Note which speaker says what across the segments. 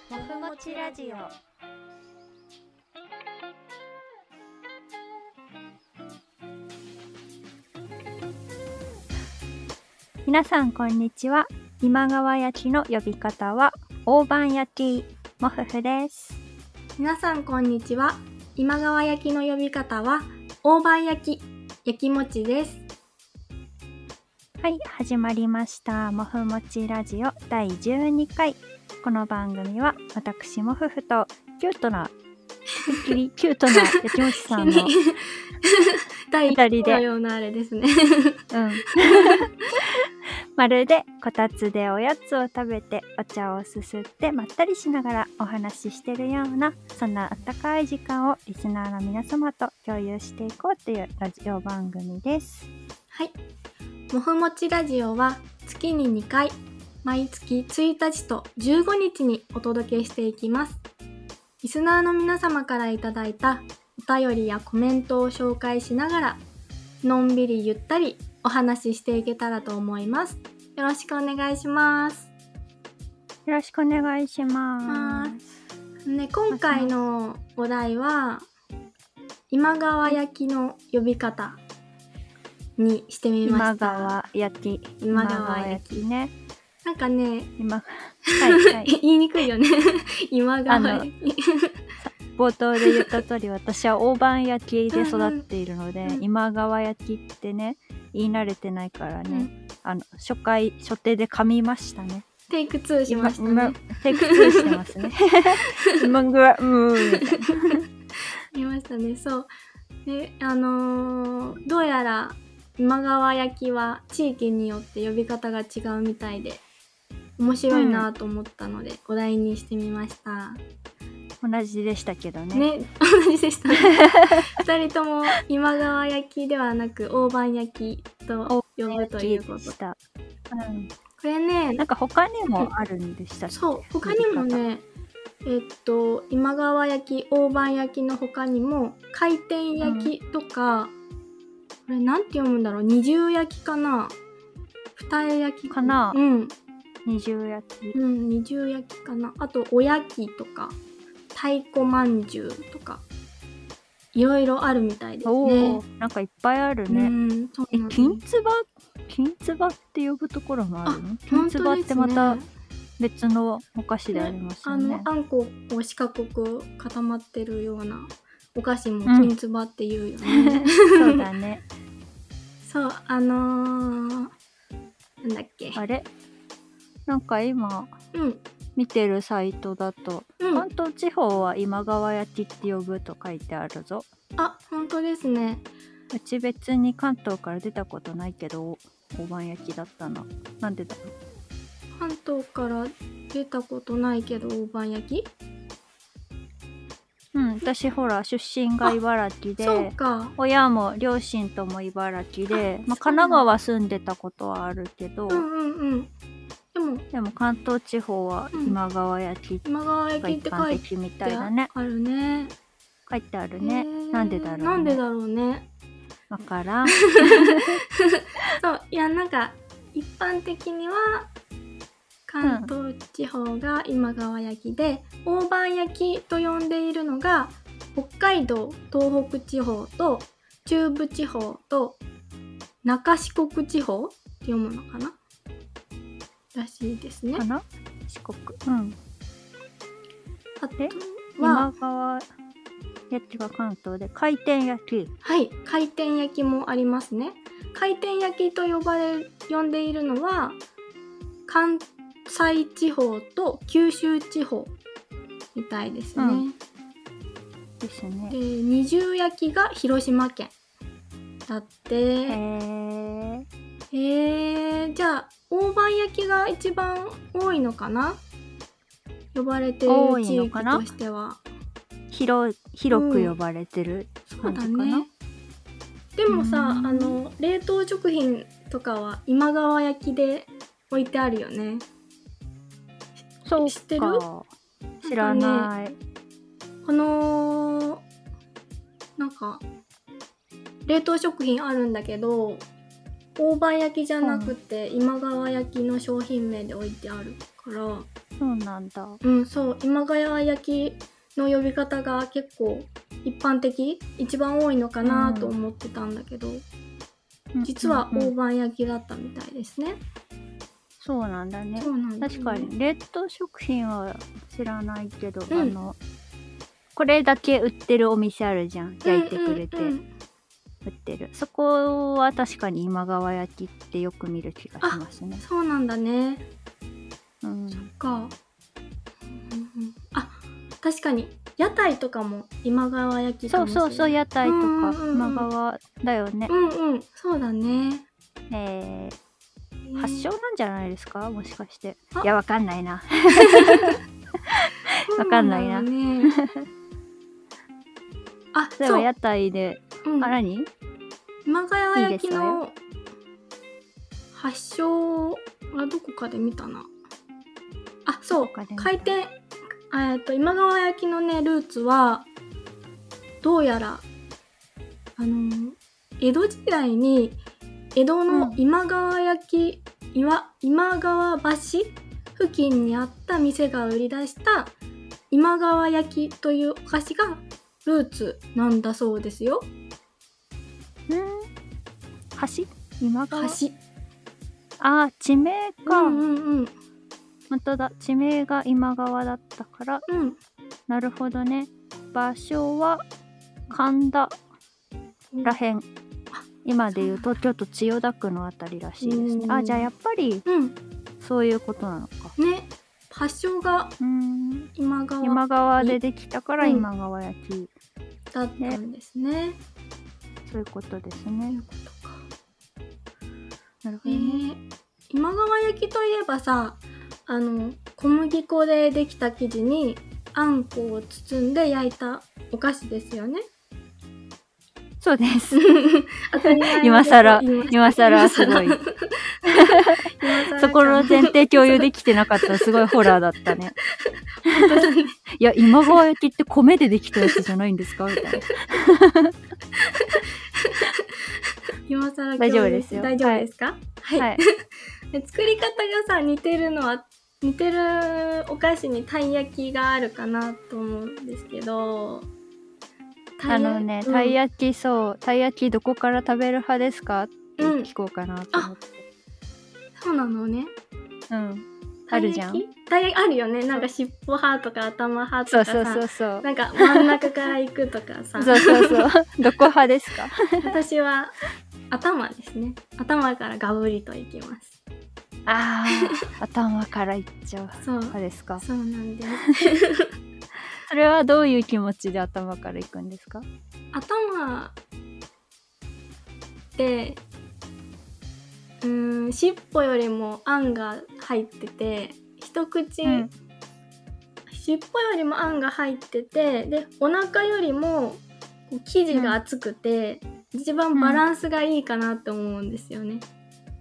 Speaker 1: もふもちラジオ。皆さんこんにちは。今川焼きの呼び方は大判焼きもふふです。
Speaker 2: 皆さんこんにちは。今川焼きの呼び方は大判焼き焼きもちです。
Speaker 1: はい、始まりましたもふもちラジオ第12回。この番組は私もふふとキュートなキュートな焼きもちさんの
Speaker 2: 第
Speaker 1: 二人で
Speaker 2: のようなあれですね。
Speaker 1: まるでこたつでおやつを食べてお茶をすすってまったりしながらお話ししてるような、そんなあったかい時間をリスナーの皆様と共有していこうというラジオ番組です。
Speaker 2: はい。もふもちラジオは月に2回、毎月1日と15日にお届けしていきます。リスナーの皆様からいただいたお便りやコメントを紹介しながら、のんびりゆったりお話ししていけたらと思います。よろしくお願いします。
Speaker 1: よろしくお願いします。
Speaker 2: ね、今回のお題は今川焼きの呼び方にしてみました。
Speaker 1: 今川焼きね。
Speaker 2: なんかね、
Speaker 1: はいはい
Speaker 2: 言いにくいよね。今川焼き。
Speaker 1: 冒頭で言った通り、私は大判焼きで育っているので、今川焼きってね、言い慣れてないからね、初手で噛みましたね。
Speaker 2: テイク2しましたね。
Speaker 1: テイク2してますね。今川、みたいな。
Speaker 2: 言いましたね、そう。で、どうやら今川焼きは地域によって呼び方が違うみたいで、面白いなと思ったので、お題にしてみました。
Speaker 1: 同じでしたけどね。
Speaker 2: ね、同じでしたね。2人とも今川焼きではなく大判焼きと呼ぶということ。これね、
Speaker 1: なんか他にもあるんでしたっけ？
Speaker 2: そう、他にもね、今川焼き、大判焼きの他にも回転焼きとか、これなんて読むんだろう、二重焼きかな、二重焼き
Speaker 1: かな。二重焼き。
Speaker 2: 二重焼きかな。あとおやきとか太鼓まんじゅうとかいろいろあるみたいですね。
Speaker 1: なんかいっぱいあるね。金つばって呼ぶところもあるの？金つばってまた別のお菓子でありますよね。
Speaker 2: あんこを四角く固まってるようなお菓子も金つばっていうよね。
Speaker 1: そうだね。
Speaker 2: そう、なんだっけ。
Speaker 1: あれ？なんか今、見てるサイトだと、関東地方は今川焼きって呼ぶと書いてあるぞ。
Speaker 2: あ、本当ですね。
Speaker 1: うち別に関東から出たことないけど、大判焼きだったな。なんでだろう。
Speaker 2: 関東から出たことないけど大判焼き？
Speaker 1: 私ほら出身が茨城で、
Speaker 2: そうか。
Speaker 1: 親も両親とも茨城で、神奈川住んでたことはあるけど、でも関東地方は今川焼きが一般的みたいだね。
Speaker 2: あるね。
Speaker 1: 書いてあるね。なんでだろうね。
Speaker 2: なんでだろうね。
Speaker 1: わからん。
Speaker 2: そう、いやなんか一般的には関東地方が今川焼きで、大判焼きと呼んでいるのが北海道、東北地方と中部地方と中四国地方って読むのかならしいですね。
Speaker 1: 四国。
Speaker 2: あと
Speaker 1: 今川焼きが関東で回転焼き。
Speaker 2: はい、回転焼きもありますね。回転焼きと呼んでいるのは関西地方と九州地方みたいですね。
Speaker 1: ですね。
Speaker 2: で、二重焼きが広島県だって。じゃあ大判焼きが一番多いのかな？呼ばれてる地域としては
Speaker 1: 広く呼ばれてる感じかな。そうだね。
Speaker 2: でもさ、冷凍食品とかは今川焼きで置いてあるよね。
Speaker 1: そうか。
Speaker 2: 知ってる？
Speaker 1: 知らない。
Speaker 2: なんか冷凍食品あるんだけど、大判焼きじゃなくて今川焼きの商品名で置いてあるから、
Speaker 1: そうなんだ。
Speaker 2: そう、今川焼きの呼び方が結構一般的、一番多いのかなと思ってたんだけど、実は大判焼きだったみたいですね。
Speaker 1: そうなんだね。
Speaker 2: そうなんだね。
Speaker 1: 確かに冷凍食品は知らないけど、これだけ売ってるお店あるじゃん。焼いてくれて売ってる。そこは確かに今川焼きってよく見る気がしますね。
Speaker 2: そうなんだね。
Speaker 1: そ
Speaker 2: っか。確かに屋台とかも今川焼きかもしれない。
Speaker 1: そう屋台とか今川だよね。
Speaker 2: そうだね。
Speaker 1: 発祥なんじゃないですか、もしかして。いや、わかんないな。わかんないな。そう、屋台で、何？
Speaker 2: 今川焼きの発祥はどこかで見たな。そう、回転、今川焼きのね、ルーツは、どうやら、江戸時代に、江戸の今川橋付近にあった店が売り出した今川焼きというお菓子がルーツなんだそうですよ。
Speaker 1: 橋？今川？
Speaker 2: 橋。
Speaker 1: 地名か。本当だ、地名が今川だったから、なるほどね。場所は神田らへん。今で言うとちょっと千代田区のあたりらしいですね。じゃあやっぱり、そういうことなのか。
Speaker 2: ね、発祥が今
Speaker 1: 川でできたから今川焼き
Speaker 2: だったんですね。
Speaker 1: そういうことですね。なるほどね。
Speaker 2: 今川焼きといえばさ、小麦粉でできた生地にあんこを包んで焼いたお菓子ですよね。
Speaker 1: そうです。今更すごい。そこの前提共有できてなかったらすごいホラーだったね。いや、今川焼きって米でできたやつじゃないんですかみたいな。
Speaker 2: 今更
Speaker 1: 大丈夫ですよ。
Speaker 2: 大丈夫ですか？はい。作り方がさ、似てるお菓子にたい焼きがあるかなと思うんですけど、
Speaker 1: たい焼きどこから食べる派ですかって聞こうかなと思って。
Speaker 2: そうなのね。
Speaker 1: あるじゃん。
Speaker 2: たい焼きあるよね。なんか尻尾派とか頭派とかさ。
Speaker 1: そう。
Speaker 2: なんか真ん中から行くとかさ。
Speaker 1: そう。どこ派ですか？
Speaker 2: 私は頭ですね。頭からガブリといきます。
Speaker 1: 頭からいっちゃう派ですか？
Speaker 2: そうなんです。
Speaker 1: それはどういう気持ちで頭からいくんですか？
Speaker 2: 頭で尻尾よりもあんが入ってて、一口、尻尾よりもあんが入ってて、でお腹よりも生地が厚くて、一番バランスがいいかなって思うんですよね。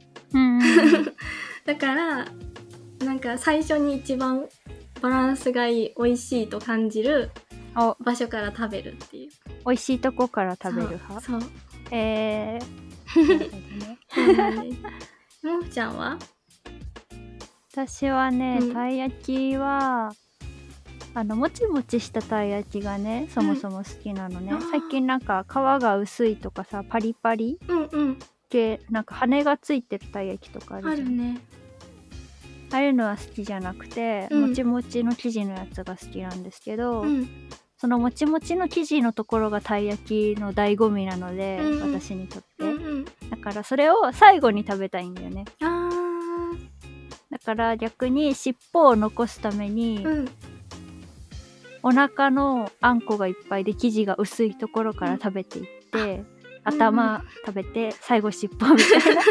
Speaker 2: だからなんか最初に一番バランスがいい、美味しいと感じる場所から食べるっていう。
Speaker 1: 美味しいとこから食べる派？
Speaker 2: そう。
Speaker 1: なるほどね。
Speaker 2: もふちゃんは？
Speaker 1: 私はね、たい焼きはもちもちしたたい焼きがね、そもそも好きなのね。最近なんか皮が薄いとかさ、パリパリ系、なんか羽がついてるたい焼きとかあるじゃん。
Speaker 2: あるね。
Speaker 1: ああいうのは好きじゃなくて、もちもちの生地のやつが好きなんですけど、そのもちもちの生地のところがたい焼きの醍醐味なので、私にとって、だからそれを最後に食べたいんだよね。だから逆に尻尾を残すために、お腹のあんこがいっぱいで生地が薄いところから食べていって、頭食べて最後尻尾みたいな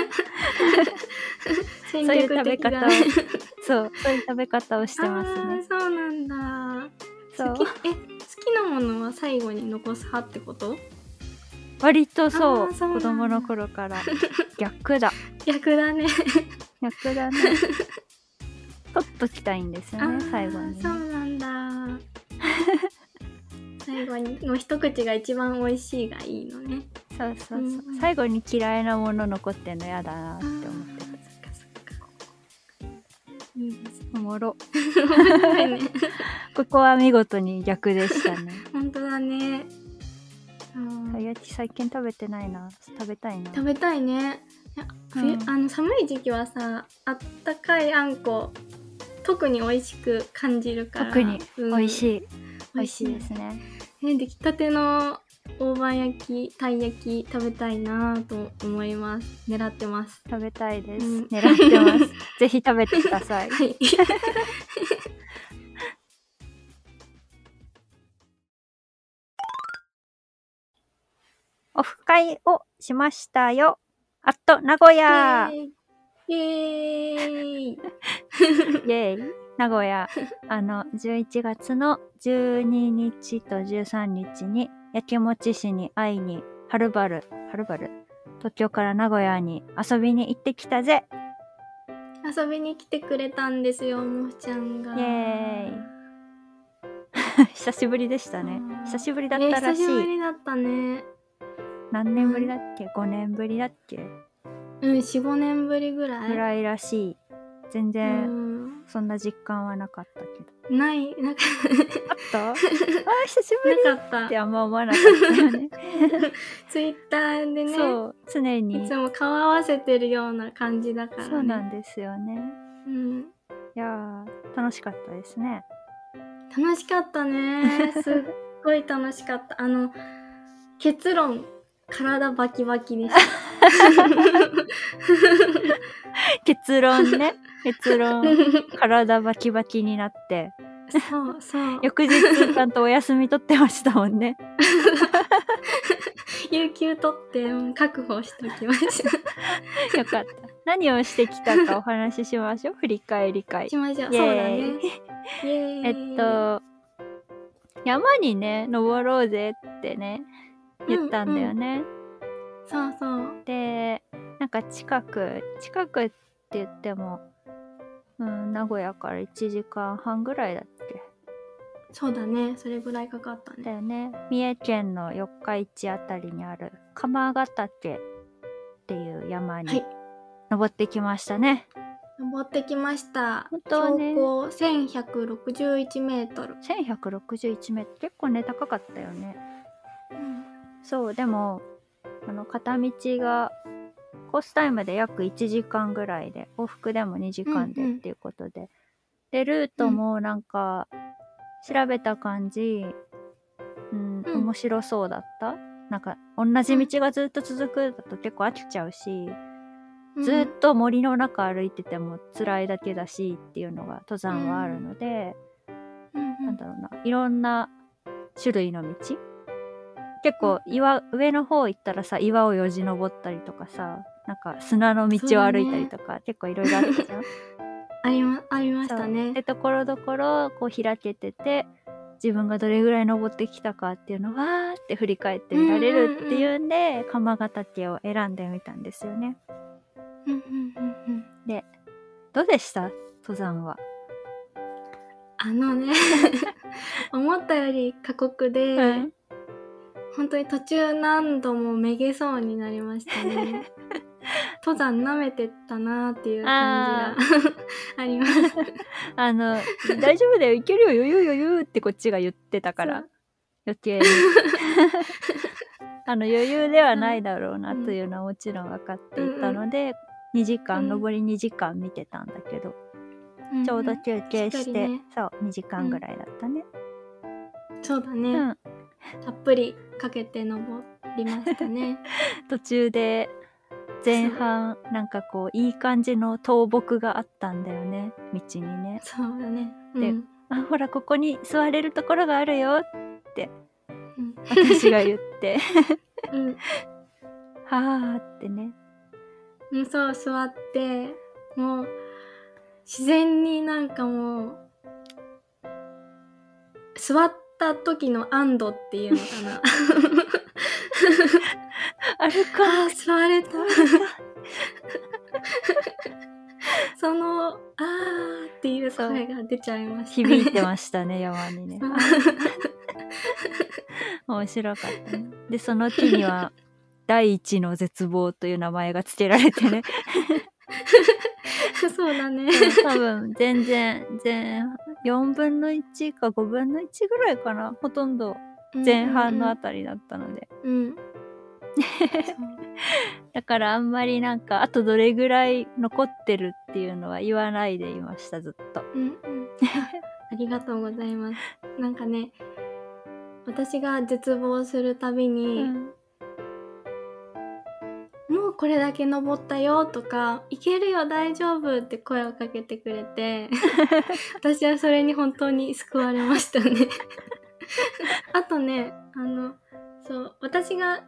Speaker 1: そういう食べ方をそういう食べ方をしてますね。
Speaker 2: そうなんだ。好きなものは最後に残す派ってこと？
Speaker 1: 割とそう子供の頃から逆だね取っときたいんですよね、最後にね。
Speaker 2: そうなんだ最後にの一口が一番美味しいがいいのね。
Speaker 1: そう、最後に嫌いなもの残ってんのやだなって思ってる。
Speaker 2: いいですね。
Speaker 1: おもろ。
Speaker 2: はいね。
Speaker 1: ここは見事に逆でしたね。
Speaker 2: 本当だね。
Speaker 1: たい焼き最近食べてないな。食べたいな。
Speaker 2: 食べたいね。いや寒い時期はさ、あったかいあんこ特に美味しく感じるから。
Speaker 1: 特に美味しい。
Speaker 2: 美味しい
Speaker 1: ですね。
Speaker 2: 出来たての大判焼き、たい焼き食べたいなと思います。狙ってます。
Speaker 1: 食べたいです。狙ってます。ぜひ食べてください。
Speaker 2: はい。
Speaker 1: オフ会をしましたよ。名古屋。
Speaker 2: イエーイ。
Speaker 1: イエーイ。名古屋。11月の12日と13日にやきもち市に会いにはるばる東京から名古屋に遊びに行ってきたぜ。
Speaker 2: 遊びに来てくれたんですよ、もふちゃんが。
Speaker 1: イエーイ。久しぶりでしたね。久しぶりだったらしい。
Speaker 2: 久しぶりだったね。
Speaker 1: 何年ぶりだっけ、5年ぶりだっけ。
Speaker 2: 4、5年ぶりぐらい。
Speaker 1: ぐらいらしい。全然そんな実感はなかったけど。
Speaker 2: なんか
Speaker 1: あった？久しぶり
Speaker 2: なかった
Speaker 1: ってあんま思わなかったよね。
Speaker 2: ツイッターでね、
Speaker 1: そう常に
Speaker 2: いつも顔合わせてるような感じだからね。
Speaker 1: そうなんですよね。いや楽しかったですね。
Speaker 2: 楽しかったね。すっごい楽しかった。結論、体バキバキでした。
Speaker 1: 結論ね。体バキバキになって。
Speaker 2: そう。
Speaker 1: 翌日ちゃんとお休み取ってましたもんね。
Speaker 2: 有給取って確保しときました。
Speaker 1: よかった。何をしてきたかお話ししましょう。振り返り会。
Speaker 2: しましょう。そうだね。
Speaker 1: 山にね登ろうぜってね言ったんだよね。
Speaker 2: そう。
Speaker 1: でなんか近くって言っても、名古屋から1時間半ぐらいだっけ。
Speaker 2: そうだね、それぐらいかかったね。
Speaker 1: だよね。三重県の四日市あたりにある鎌ヶ岳っていう山に登ってきましたね。
Speaker 2: 登ってきました。
Speaker 1: 本当はね、
Speaker 2: 標高1161メートル。
Speaker 1: 1161メートル、結構ね高かったよね。そう、でも片道がコースタイムで約1時間ぐらいで、往復でも2時間でっていうことで、でルートもなんか調べた感じ、面白そうだった。なんか同じ道がずっと続くだと結構飽きちゃうし、ずっと森の中歩いてても辛いだけだしっていうのが登山はあるので、なんだろうな、いろんな種類の道、結構上の方行ったらさ、岩をよじ登ったりとかさ、なんか砂の道を歩いたりとか、結構いろいろあったじゃん。
Speaker 2: ありましたね。
Speaker 1: でところどころこう開けてて、自分がどれぐらい登ってきたかっていうのをわーって振り返って見られるっていうんで、鎌ヶ岳を選んでみたんですよね。でどうでした登山は？
Speaker 2: 思ったより過酷で、本当に途中何度もめげそうになりましたね。登山舐めてったなーっていう感じがあります。
Speaker 1: 大丈夫だよ、いけるよ、余裕ってこっちが言ってたから余計に余裕ではないだろうなというのはもちろん分かっていたので、2時間上り2時間見てたんだけど、ちょうど休憩して、そう2時間ぐらいだったね。
Speaker 2: そうだね、たっぷりかけて登りましたね。
Speaker 1: 途中で前半なんかこういい感じの倒木があったんだよね、道にね。
Speaker 2: そうだね。
Speaker 1: で、ほらここに座れるところがあるよって私が言ってはーってね。
Speaker 2: そう座ってもう自然になんかもう座った時の安堵っていうのかな。座れた。そのっていう声が出ちゃいましたね。
Speaker 1: 響いてましたね、山にね。面白かったね。でその木には第一の絶望という名前が付けられてね。
Speaker 2: そうだね。
Speaker 1: 多分全然4分の1か5分の1ぐらいかな。ほとんど前半のあたりだったので。
Speaker 2: うん。
Speaker 1: だからあんまりなんかあとどれぐらい残ってるっていうのは言わないでいました、ずっと。
Speaker 2: ありがとうございます。なんかね、私が絶望するたびに、もうこれだけ登ったよとか、いけるよ大丈夫って声をかけてくれて、私はそれに本当に救われましたね。あとね、そう私が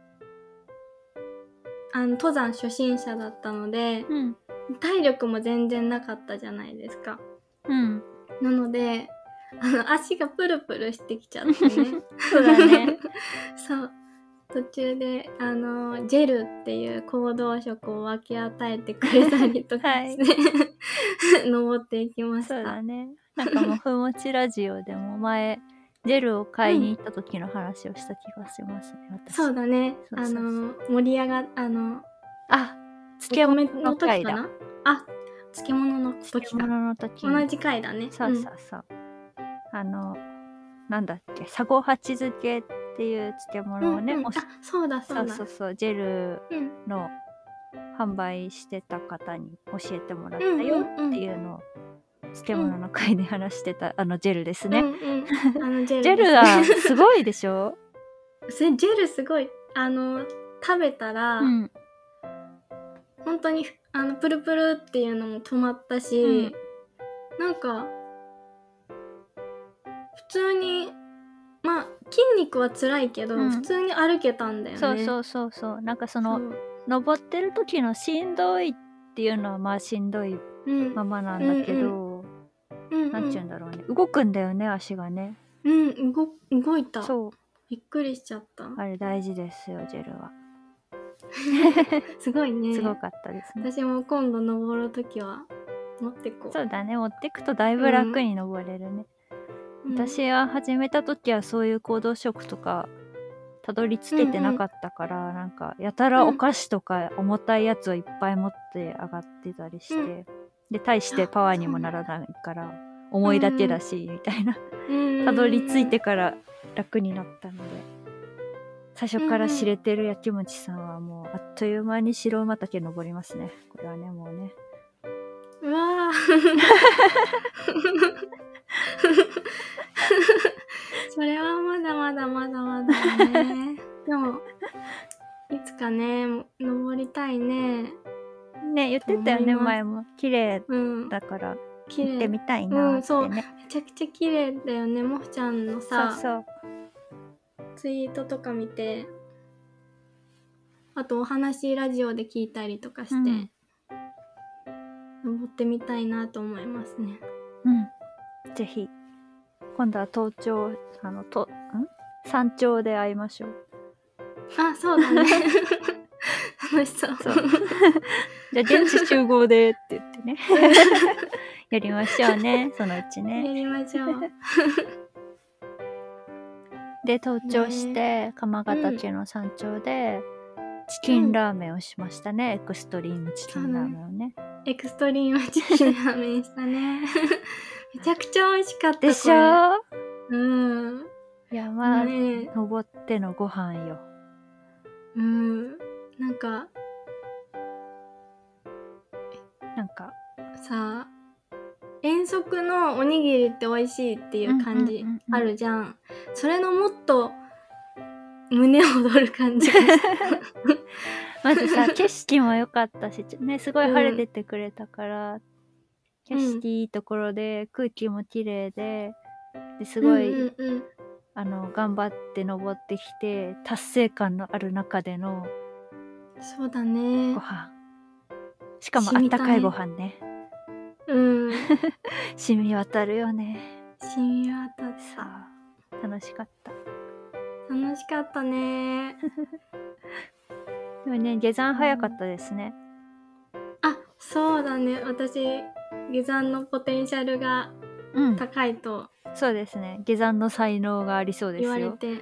Speaker 2: 登山初心者だったので、体力も全然なかったじゃないですか。なので足がプルプルしてきちゃってね。
Speaker 1: そうだね。
Speaker 2: そう途中でジェルっていう行動食を分け与えてくれたりとかして、登っていきました。
Speaker 1: そうだね。なんかもうふもちラジオでも前ジェルを買いに行った時の話をした気がしますね、私。
Speaker 2: そうだね。盛り上が
Speaker 1: 漬物の回だ。
Speaker 2: 漬物の時か。
Speaker 1: 漬物の時。
Speaker 2: 同じ回だね。
Speaker 1: そう。なんだっけ、サゴハチ漬けっていう漬物をね、
Speaker 2: そうだ。
Speaker 1: ジェルの販売してた方に教えてもらったよっていうのを漬物の回で話してたジェルですね。ジェルはすごいでしょ？
Speaker 2: ジェルすごい。食べたら、本当にプルプルっていうのも止まったし、なんか普通に筋肉は辛いけど、普通に歩けたんだよね。
Speaker 1: そうなんか登ってる時のしんどいっていうのはしんどいままなんだけど、なんていうんだろうね、動くんだよね、足がね。
Speaker 2: 動いた。
Speaker 1: そう
Speaker 2: びっくりしちゃった。
Speaker 1: あれ大事ですよ、ジェルは。
Speaker 2: すごいね。
Speaker 1: すごかったですね。
Speaker 2: 私も今度登る時は持ってこう。
Speaker 1: そうだね、持ってくとだいぶ楽に登れるね。私は始めた時はそういう行動食とかたどり着けてなかったから、なんかやたらお菓子とか重たいやつをいっぱい持って上がってたりして、で大してパワーにもならないから重いだけだし、みたいなたどり着いてから楽になったので、最初から知れてるやきもちさんはもうあっという間に白馬岳登りますね。これはね、もうね。
Speaker 2: うわそれはまだね。でもいつかね登りたいね。
Speaker 1: ね、言ってたよね、前も。綺麗だから行ってみたいなってね。
Speaker 2: そうめちゃくちゃ綺麗だよね。もふちゃんのさ、ツイートとか見て、あとお話ラジオで聞いたりとかして、登ってみたいなと思いますね。
Speaker 1: ぜひ今度は登頂山頂で会いましょう。
Speaker 2: そうだね。楽しそう。
Speaker 1: じゃあ現地集合でって言ってねやりましょうね、そのうちね。
Speaker 2: やりましょう。
Speaker 1: で登頂して鎌ヶ岳の山頂でチキンラーメンをしましたね。エクストリームチキンラーメンをね。
Speaker 2: エクストリームチキンラーメンしたね。めちゃくちゃ美味しかった
Speaker 1: でしょ。
Speaker 2: 山
Speaker 1: 登ってのご飯よ。
Speaker 2: なんかさ、遠足のおにぎりって美味しいっていう感じあるじゃん。それのもっと胸躍る感じがした
Speaker 1: まずさ、景色も良かったしね、すごい晴れててくれたから、景色いいところで空気も綺麗ですごい、頑張って登ってきて達成感のある中での
Speaker 2: そうだね
Speaker 1: ご飯、しかもあったかいご飯ね。染み渡るよね。
Speaker 2: 染み渡った。
Speaker 1: 楽しかった
Speaker 2: ね。
Speaker 1: でもね、下山早かったですね。
Speaker 2: そうだね。私下山のポテンシャルが高いと、
Speaker 1: そうですね。下山の才能がありそうですよ。
Speaker 2: 言われて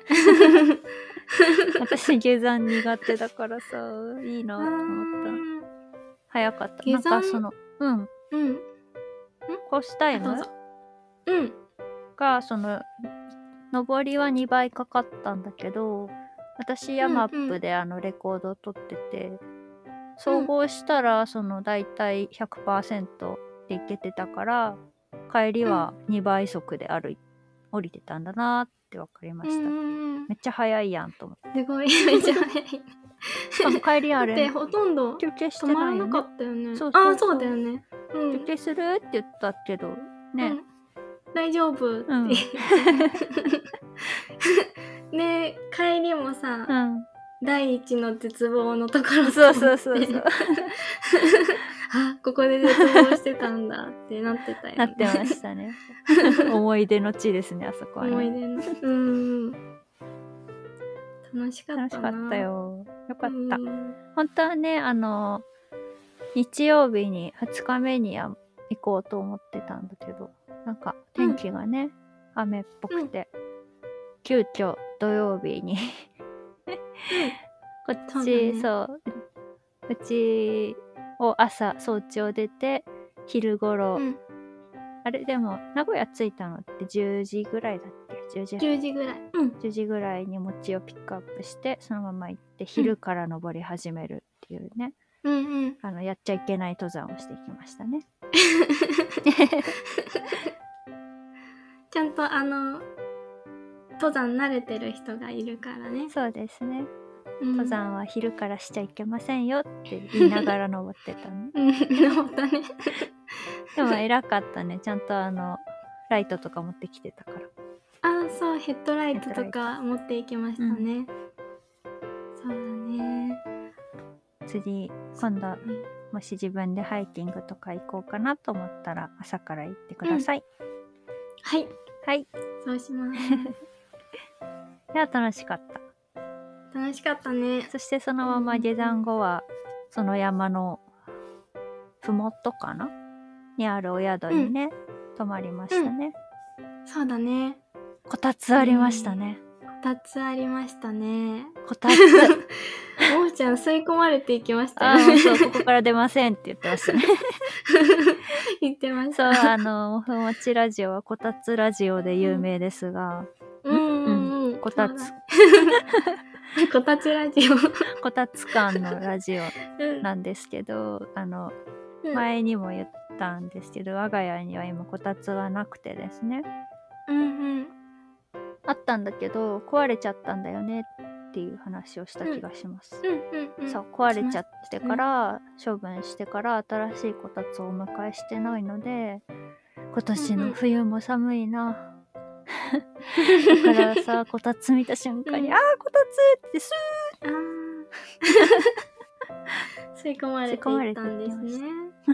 Speaker 1: 私下山苦手だからさ、いいなと思った。早かった。なんかうん
Speaker 2: うん
Speaker 1: コースタイム
Speaker 2: どうぞ。うん
Speaker 1: がその上りは2倍かかったんだけど、私ヤマップでレコードを取ってて、総合したらそのだいたい 100% でいけてたから、帰りは2倍速で降りてたんだなって分かりました。めっちゃ早いやんと思って。
Speaker 2: すごいめっちゃ早い。
Speaker 1: しかも帰りあれ
Speaker 2: だってほとんど
Speaker 1: 休憩して
Speaker 2: 止ま
Speaker 1: ないよね。
Speaker 2: らなかったよね。
Speaker 1: そうそうそう
Speaker 2: あ、そうだよね。
Speaker 1: 休憩するって言ったけどね、
Speaker 2: 大丈夫って言って、で帰りもさ、第一の絶望のところ
Speaker 1: そう
Speaker 2: あ、ここで絶望してたんだってなってたよね。
Speaker 1: なってましたね。思い出の地ですね、あそこはね。
Speaker 2: 思い出の楽しかった
Speaker 1: よ。よかった。本当はね、日曜日に2日目に行こうと思ってたんだけど、なんか天気がね、雨っぽくて、急遽土曜日にこっち、うちを朝早朝出て昼頃、あれでも名古屋着いたのって10時ぐらいだっけ？10時ぐらい。10時ぐらいに餅をピックアップしてそのまま行って昼から登り始めるっていうね、やっちゃいけない登山をしていきましたね。
Speaker 2: ちゃんと登山慣れてる人がいるからね。
Speaker 1: そうですね。登山は昼からしちゃいけませんよって言いながら登ってたね。
Speaker 2: 登ったね。
Speaker 1: でも偉かったね。ちゃんとライトとか持ってきてたから。
Speaker 2: あ、そう、ヘッドライトとか持っていきましたね。そうだね。
Speaker 1: 次、今度、もし自分でハイキングとか行こうかなと思ったら朝から行ってください。
Speaker 2: はい。
Speaker 1: はい。
Speaker 2: そうします。
Speaker 1: いや、楽しかった。
Speaker 2: 楽しかったね。
Speaker 1: そしてそのまま下山後は、その山のふもとかなにあるお宿にね、泊まりましたね。
Speaker 2: そうだね。
Speaker 1: こたつありましたね。
Speaker 2: こたつありましたね。
Speaker 1: こたつ。
Speaker 2: もーちゃん吸い込まれていきましたよね。
Speaker 1: そう、ここから出ませんって言ってましたね。
Speaker 2: 言ってました。
Speaker 1: そう、ふもちラジオはこたつラジオで有名ですが、こたつ。
Speaker 2: こたつラジオ。
Speaker 1: こたつ感のラジオなんですけど、前にも言ったんですけど、我が家には今こたつはなくてですね。あったんだけど壊れちゃったんだよねっていう話をした気がします。そう壊れちゃってから処分してから新しいこたつをお迎えしてないので、今年の冬も寒いな。だからさ、こたつ見た瞬間に、あーこたつってス
Speaker 2: ー吸い込まれていったんですね。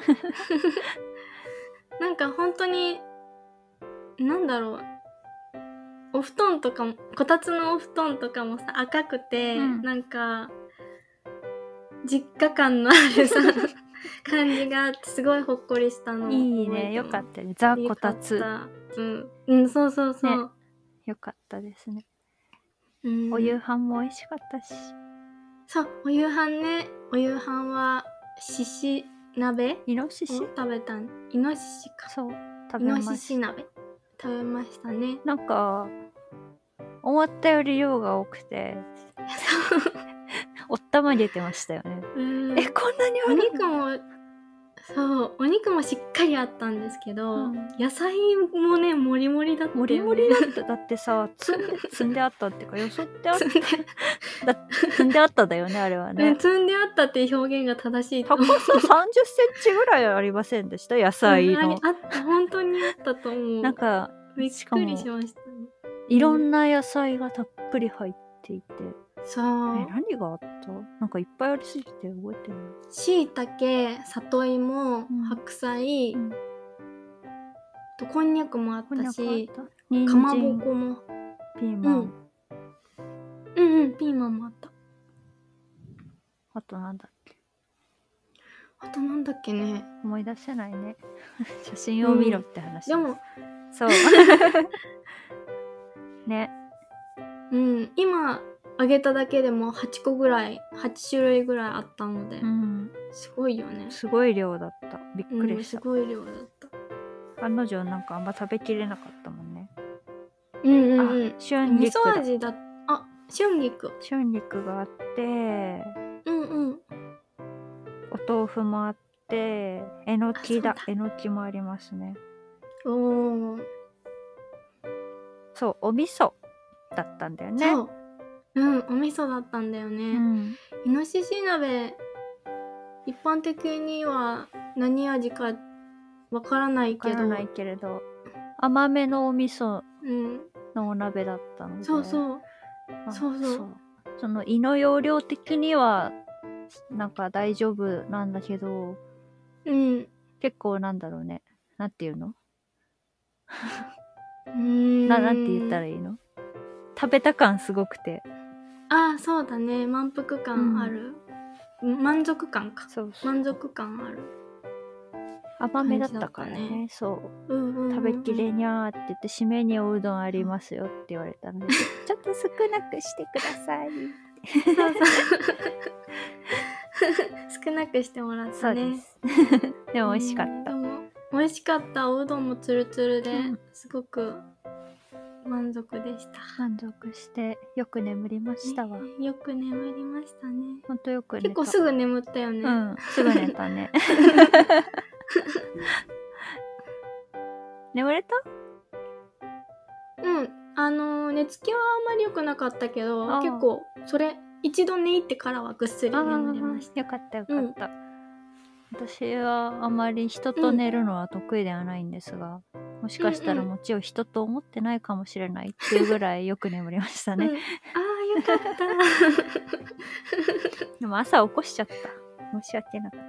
Speaker 2: なんか本当になんだろう、お布団とかも、こたつのお布団とかもさ赤くて、なんか実家感のあるさ感じがあってすごいほっこりしたの。
Speaker 1: いいね、よかったね。ザ・こたつ。
Speaker 2: そうそうそう、
Speaker 1: ね、よかったですね。お夕飯も美味しかったし。
Speaker 2: そう、お夕飯ね。お夕飯はしし鍋
Speaker 1: イノシシ
Speaker 2: を食べたん。イノシシか。
Speaker 1: そう、食べました。
Speaker 2: イノシシ鍋食べましたね。
Speaker 1: なんか思ったより量が多くておったまげてましたよね。こんなに
Speaker 2: お肉もそうお肉もしっかりあったんですけど、野菜もねもりもりだったよね。
Speaker 1: もりもりだった。だってさ積んであったっていうかよそってあった積んであっただよねあれはね。
Speaker 2: 積んであったっていう表現が正しいと
Speaker 1: 高さ30センチぐらいありませんでした野菜の。
Speaker 2: あった本当にあったと思う。
Speaker 1: なんか
Speaker 2: びっくりしましたね。
Speaker 1: いろんな野菜がたっぷり入っていて。
Speaker 2: そう。
Speaker 1: 何があった？なんかいっぱいありすぎて覚えてない。
Speaker 2: しいたけ、里芋、白菜、とこんにゃくもあったし、かまぼこも、
Speaker 1: ピーマン、
Speaker 2: ピーマンもあった。
Speaker 1: あとなんだっけ？
Speaker 2: あとなんだっけね。
Speaker 1: 思い出せないね。写真を見ろって話。
Speaker 2: でも
Speaker 1: そう。ね。
Speaker 2: 今揚げただけでも8個ぐらい8種類ぐらいあったので、
Speaker 1: うん
Speaker 2: すごいよね。
Speaker 1: すごい量だった。びっくりした。
Speaker 2: すごい量だった。
Speaker 1: 案の定なんかあんま食べきれなかったもんね。
Speaker 2: あ、
Speaker 1: 春菊だ。
Speaker 2: 味噌味だ。春菊。
Speaker 1: 春菊があって、お豆腐もあって、えのきだ。えのきもありますね。そう、お味噌だったんだよね。
Speaker 2: そう。お味噌だったんだよね。イノシシ鍋、一般的には何味かわからないけど、
Speaker 1: 甘めのお味噌のお鍋だったので、
Speaker 2: そう。
Speaker 1: その胃の容量的にはなんか大丈夫なんだけど、結構なんだろうね、なんていうのなんて言ったらいいの、食べた感すごくて、
Speaker 2: そうだね、満腹感ある、満足感か。満足感ある。
Speaker 1: 甘めだったからね。そう、食べきれにゃーって言って、締めにおうどんありますよって言われたので、ちょっと少なくしてください
Speaker 2: 少なくしてもらったね。
Speaker 1: でも美味しかった。
Speaker 2: 美味しかった。おうどんもツルツルで、すごく満足でした。
Speaker 1: 満足してよく眠りましたわ。
Speaker 2: よく眠りましたね。
Speaker 1: ほんとよく寝た。
Speaker 2: 結構すぐ眠ったよね。
Speaker 1: すぐ寝たね。眠れた？
Speaker 2: 寝つきはあんまり良くなかったけど、結構一度寝入ってからはぐっすり眠れました。
Speaker 1: よかったよかった。私はあまり人と寝るのは得意ではないんですが、もしかしたらもちろん人と思ってないかもしれないっていうぐらいよく眠りましたね。
Speaker 2: よかった。
Speaker 1: でも朝起こしちゃった。申し訳なかった。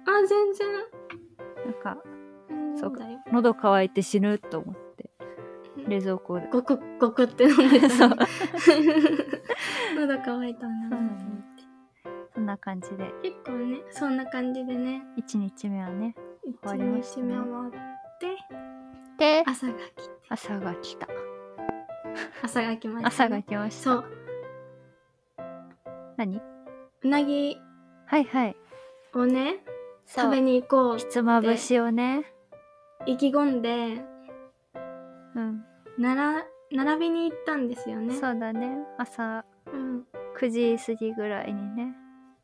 Speaker 2: 全然。
Speaker 1: なんか、そうか、喉乾いて死ぬと思って、冷蔵庫で。
Speaker 2: ゴクゴクって飲んでた。喉乾いたなと思って。
Speaker 1: そんな感じで。
Speaker 2: 結構ね、そんな感じでね。
Speaker 1: 1日目はね、終わりましたね。
Speaker 2: 1日目終わって、
Speaker 1: で、
Speaker 2: 朝が来た。朝が来ました。
Speaker 1: 朝が来ました。そう。何？
Speaker 2: うなぎ。をね、食べに行こうって。ひ
Speaker 1: つまぶしをね。
Speaker 2: 意気込んで、並びに行ったんですよね。
Speaker 1: そうだね。朝、9時過ぎぐらいにね。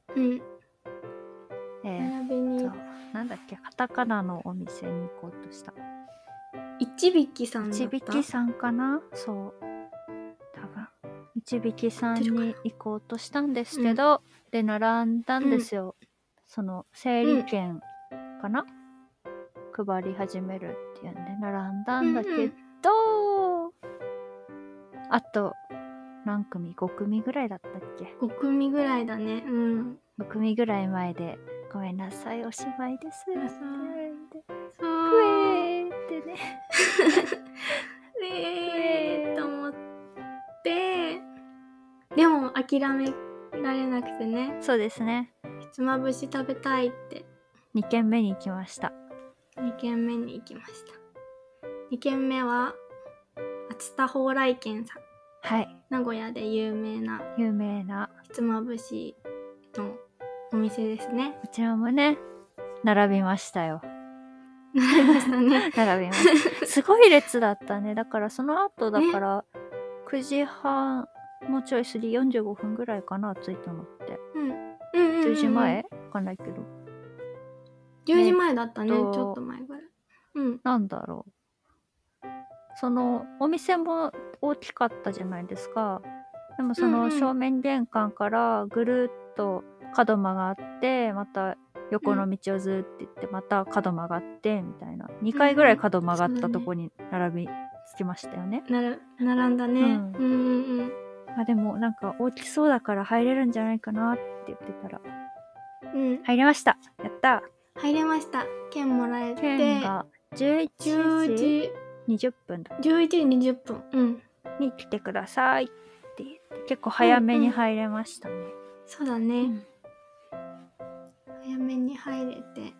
Speaker 2: 並びに。
Speaker 1: なんだっけ、カタカナのお店に行こうとした。
Speaker 2: 一匹さんだった。
Speaker 1: 一匹さんかな？そう。多分。一匹さんに行こうとしたんですけど、で、並んだんですよ。その、整理券かな？配り始めるっていうんで、並んだんだけど、あと、何組 ?5 組ぐらいだったっけ？
Speaker 2: 5 組ぐらいだね。
Speaker 1: 5組ぐらい前で、ごめんなさい、おしまいです。って
Speaker 2: ふ
Speaker 1: えーって
Speaker 2: ね。と思って、でも諦められなくてね。
Speaker 1: そうですね。
Speaker 2: ひつまぶし食べたいって。
Speaker 1: 2軒目に行きました。
Speaker 3: 2軒目は熱田蓬莱軒さん。名古屋で有名なひつまぶしのお店ですね。
Speaker 1: こちらもね、並びましたよ。
Speaker 2: 並びましたね。
Speaker 1: 並びました。すごい列だったね。だからその後だから、9時半、もうちょい過ぎ45分ぐらいかな、着いたのって。10時前わかんないけど。
Speaker 2: 10時前だったね、ちょっと前ぐらい。
Speaker 1: なんだろう。そのお店も大きかったじゃないですか。でもその正面玄関からぐるっと角曲がってまた横の道をずって行ってまた角曲がってみたいな2回ぐらい角曲がったとこに並びつきましたよね。
Speaker 2: 並んだね。
Speaker 1: でもなんか大きそうだから入れるんじゃないかなって言ってたら、入れました。やった。
Speaker 2: 入れました。券もらえて。
Speaker 1: 券が11時20分だ。
Speaker 2: 11時20分。
Speaker 1: に来てくださいって言って結構早めに入れましたね。
Speaker 2: そうだね。早めに入れて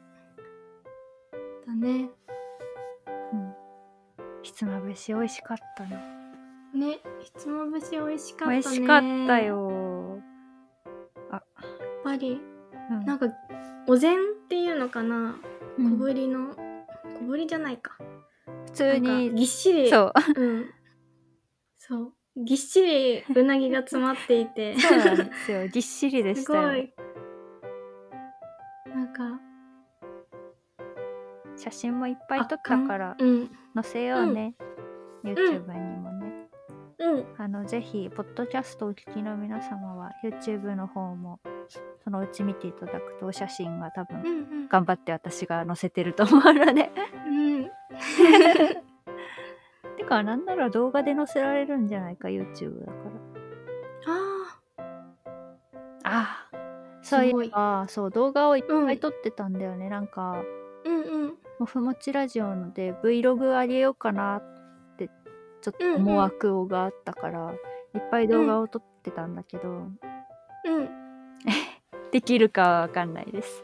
Speaker 2: だね。
Speaker 1: ひつまぶし美味しかったな。
Speaker 2: ね、ひつまぶし美味しかったね。
Speaker 1: 美味しかったよ。
Speaker 2: やっぱり、なんかお膳っていうのかな、小ぶりの、小ぶりじゃないか、
Speaker 1: 普通に
Speaker 2: ぎっしり、
Speaker 1: そう、
Speaker 2: そうぎっしりうなぎが詰まっていて
Speaker 1: そうなんですよ、ぎっしりでしたよ。
Speaker 2: すごい、なんか
Speaker 1: 写真もいっぱい撮ったから載せようね、YouTube にもね。ぜひポッドキャストをお聞きの皆様は YouTube の方もそのうち見ていただくとお写真が多分、頑張って私が載せてると思うのでてかなんなら動画で載せられるんじゃないか、 YouTube だから。そういえば、そう動画をいっぱい撮ってたんだよね、なんかもふもちラジオので Vlog あげようかなってちょっと思惑があったから、いっぱい動画を撮ってたんだけど、できるかはわかんないです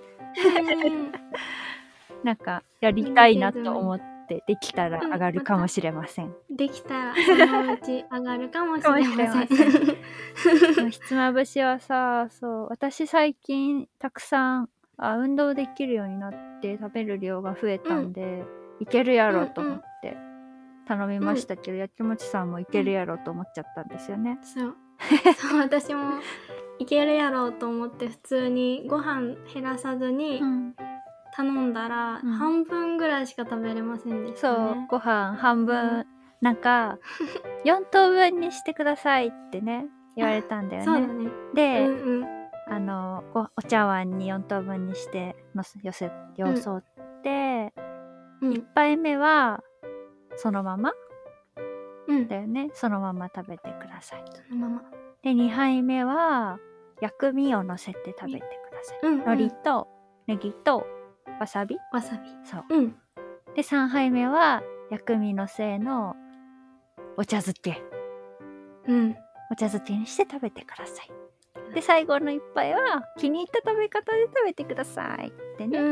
Speaker 1: なんかやりたいなと思ってできたら上がるかもしれません。
Speaker 2: できたらそのうち上がるかもしれません
Speaker 1: ひつまぶしはさ、そう私最近たくさん運動できるようになって食べる量が増えたんで、いけるやろと思って頼みましたけど、やきもちさんもいけるやろと思っちゃったんですよね。
Speaker 2: そう私もいけるやろうと思って普通にご飯減らさずに頼んだら、半分ぐらいしか食べれませんでしたね。
Speaker 1: そうご飯半分、なんか4等分にしてくださいってね言われたんだよね。
Speaker 2: そうだね。
Speaker 1: で、お茶碗に4等分にしてよそって、1杯目はそのまま、だよね、そのまま食べてください。
Speaker 2: そのまま
Speaker 1: で2杯目は薬味をのせて食べてください。海苔とネギとわさびそう、で3杯目は薬味のせのお茶漬け、お茶漬けにして食べてください。で最後の一杯は気に入った食べ方で食べてくださいってね、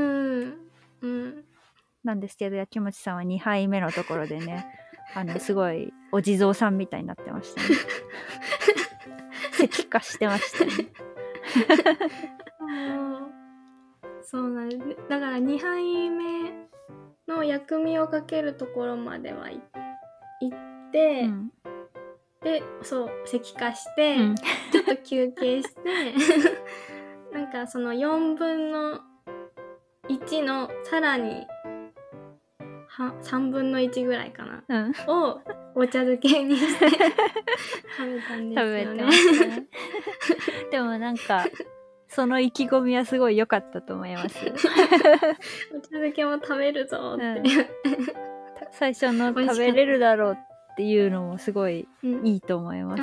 Speaker 1: なんですけど、やきもちさんは2杯目のところでねすごいお地蔵さんみたいになってましたね石化してましたね
Speaker 2: そうなんです。だから2杯目の薬味をかけるところまでは行って、でそう石化して、ちょっと休憩してなんかその4分の1のさらに3分の1ぐらいかな、をお茶漬けにして食べたんですよね。
Speaker 1: でもなんかその意気込みはすごい良かったと思いますよ
Speaker 2: お茶漬けも食べるぞって、
Speaker 1: 最初の食べれるだろうっていうのもすごいいいと思います、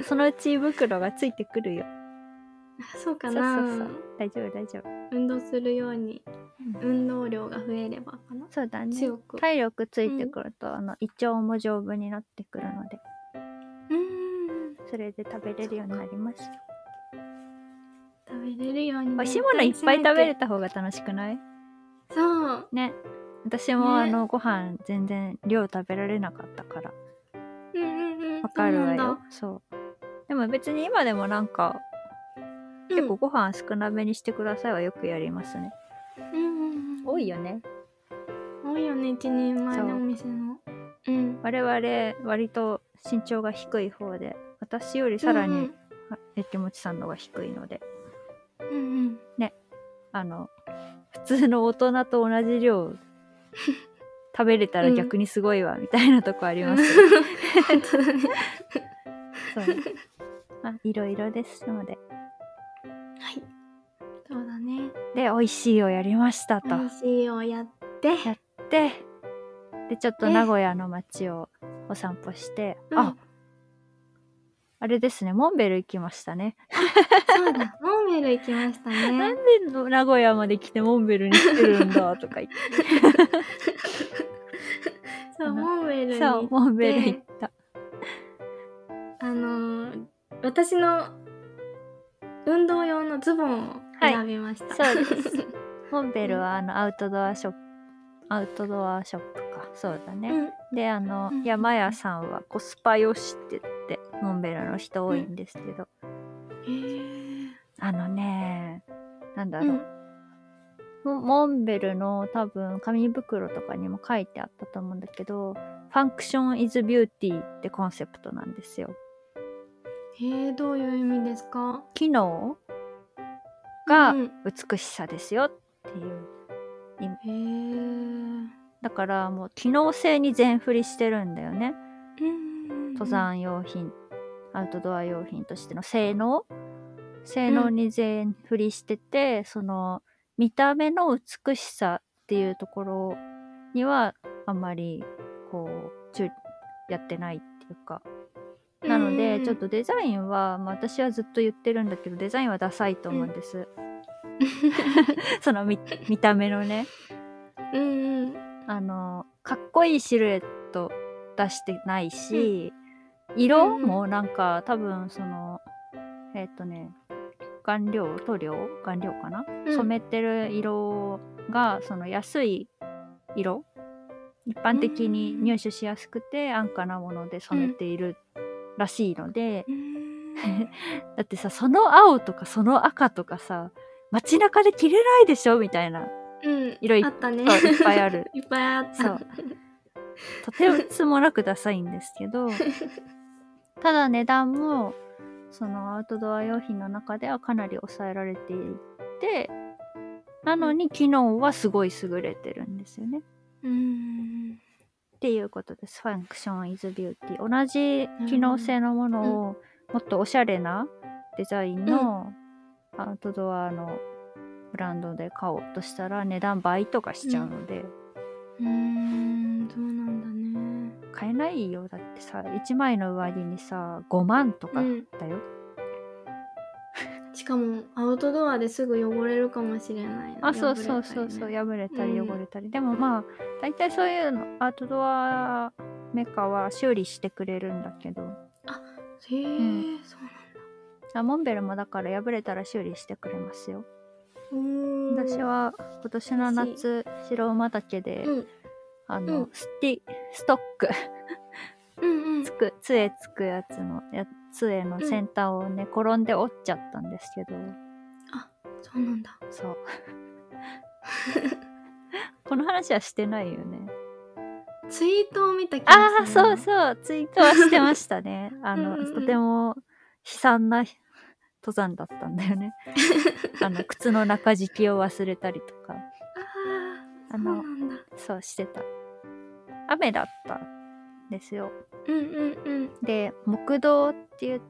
Speaker 1: そのうち胃袋がついてくるよ。
Speaker 2: そうかな。
Speaker 1: そう大丈夫大丈夫。
Speaker 2: 運動するように、運動量が増えればかな。
Speaker 1: そうだね。
Speaker 2: 強く
Speaker 1: 体力ついてくると、胃腸も丈夫になってくるので、それで食べれるようになりますよ。
Speaker 2: 食べれるように。
Speaker 1: 美味しいものいっぱい食べれた方が楽しくない？
Speaker 2: そう
Speaker 1: ね。私もご飯全然量食べられなかったから。わかるわよ。そう。でも別に今でもなんか、結構ご飯少なめにしてくださいはよくやりますね。多いよね。
Speaker 2: 多いよね、一人前のお店の。
Speaker 1: 我々割と身長が低い方で、私よりさらにやきもちさんのが低いので、ね、普通の大人と同じ量食べれたら逆にすごいわ、みたいなとこありますよ。
Speaker 2: 本当だね。
Speaker 1: そう。いろいろですので。
Speaker 2: はい。そうだね。
Speaker 1: で、美味しいをやりましたと。
Speaker 2: 美味しいをやって、
Speaker 1: で、ちょっと名古屋の街をお散歩して、あれですね、モンベル行きましたね。
Speaker 2: そうだ、モンベル行きましたね。
Speaker 1: なんで名古屋まで来てモンベルに来てるんだとか言って。
Speaker 2: そう、モンベルに行って。
Speaker 1: そう、モンベル行った。
Speaker 2: 私の運動用のズボンを選びました。
Speaker 1: そうです。モンベルはアウトドアショップか。 そうだね、で山屋さんはコスパよしって言ってモンベルの人多いんですけど、なんだろう、モンベルの多分紙袋とかにも書いてあったと思うんだけど、ファンクション is beauty ってコンセプトなんですよ。
Speaker 2: どういう意味ですか？
Speaker 1: 機能が美しさですよっていう意味。だからもう機能性に全振りしてるんだよね。登山用品、アウトドア用品としての性能に全振りしてて、その見た目の美しさっていうところにはあんまりこうやってないっていうか、なのでちょっとデザインは、私はずっと言ってるんだけど、デザインはダサいと思うんです、その 見た目のね、かっこいいシルエット出してないし、色もなんか多分その顔料かな、染めてる色がその安い色、一般的に入手しやすくて安価なもので染めているらしいので、だってさ、その青とかその赤とかさ、街中で着れないでしょみたいな色
Speaker 2: あったね。
Speaker 1: いっぱいある
Speaker 2: いっぱいあった。
Speaker 1: そうとてつもなくダサいんですけどただ値段もそのアウトドア用品の中ではかなり抑えられていて、なのに機能はすごい優れてるんですよね。っていうことです。ファンクション is beauty。同じ機能性のものをもっとおしゃれなデザインのアウトドアのブランドで買おうとしたら値段倍とかしちゃうので、
Speaker 2: そうなんだね。
Speaker 1: 買えないよ。だってさ、1枚の上着にさ5万とかだよ、
Speaker 2: しかもアウトドアですぐ汚れるかもしれないな。
Speaker 1: そう、破れたり汚れたり、でも大体そういうのアウトドアメーカーは修理してくれるんだけど、
Speaker 2: そうなんだ。
Speaker 1: モンベルもだから破れたら修理してくれますよ。私は今年の夏白馬岳で、ストック杖つくやつの杖の先端をね、転んで折っちゃったんですけど。
Speaker 2: そうなんだ。
Speaker 1: そうこの話はしてないよね。
Speaker 2: ツイートを見た気がする。
Speaker 1: そうツイートはしてましたねとても悲惨な登山だったんだよね靴の中敷きを忘れたりとか。
Speaker 2: そうなんだ。
Speaker 1: そうしてた。雨だったんですよ。で木道って言って、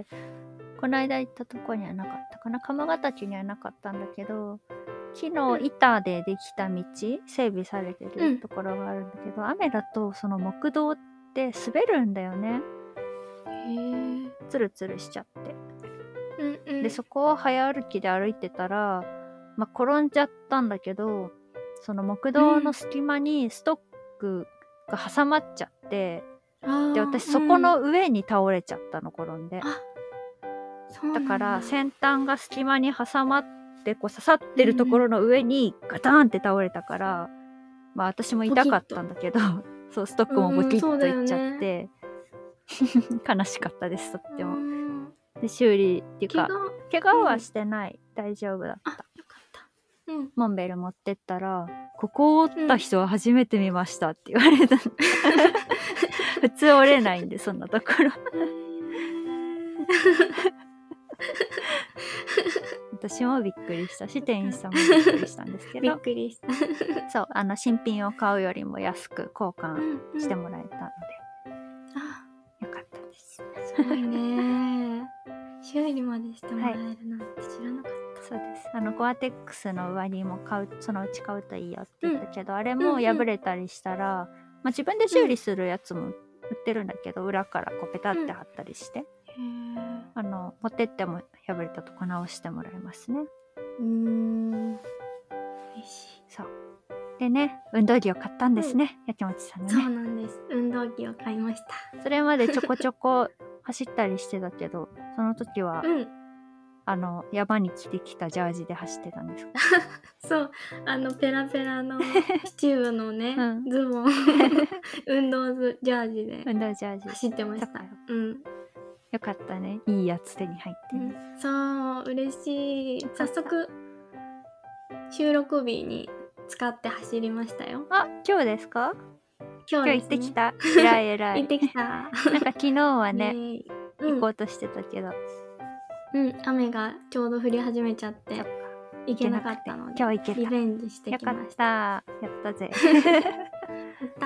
Speaker 1: この間行ったとこにはなかったかな、鎌ヶ岳にはなかったんだけど、木の板でできた道、整備されてるところがあるんだけど、雨だとその木道って滑るんだよね。ツルツルしちゃって、でそこを早歩きで歩いてたら、転んじゃったんだけど、その木道の隙間にストックが挟まっちゃって、で私そこの上に倒れちゃったの、転んで。だから先端が隙間に挟まってこう刺さってるところの上にガタンって倒れたから、私も痛かったんだけどそう、ストックもボキッといっちゃって、悲しかったです、とっても。で修理っていうか怪我はしてない、大丈夫だった。
Speaker 2: よかった。
Speaker 1: モンベル持ってったら、ここを折った人は初めて見ましたって言われた普通折れないんで、そんなところ私もびっくりしたし、店員さんもびっくりしたんですけど、
Speaker 2: びっくりした
Speaker 1: そう、新品を買うよりも安く交換してもらえたので、よかったです。
Speaker 2: すごいね修理までしてもらえるなんて知らなかった。
Speaker 1: そうです。ゴアテックスの上着もそのうち買うといいよって言ったけど、あれも破れたりしたら、自分で修理するやつも売ってるんだけど、裏からこうペタって貼ったりして、持ってっても破れたとこ直してもらえますね。
Speaker 2: 嬉しい。
Speaker 1: そうでね、運動着を買ったんですね、やきもちさんのね。
Speaker 2: そうなんです。運動着を買いました。
Speaker 1: それまでちょこちょこ走ったりしてたけど、その時は、 山に着てきたジャージで走ってたんですか？
Speaker 2: そうペラペラのシチューのね、ズボン運動ジャージで走ってました。
Speaker 1: よかったね、いいやつ手に入ってね、
Speaker 2: そう嬉しい。早速収録日に使って走りましたよ。
Speaker 1: あ、今日ですか？
Speaker 2: 今日
Speaker 1: 行ってきた。偉い
Speaker 2: 行ってきた。
Speaker 1: なんか昨日はね、行こうとしてたけど、
Speaker 2: 雨がちょうど降り始めちゃって行けなかったので、
Speaker 1: 今日行けた。
Speaker 2: リベンジしてきました。
Speaker 1: やったぜ。
Speaker 2: やった。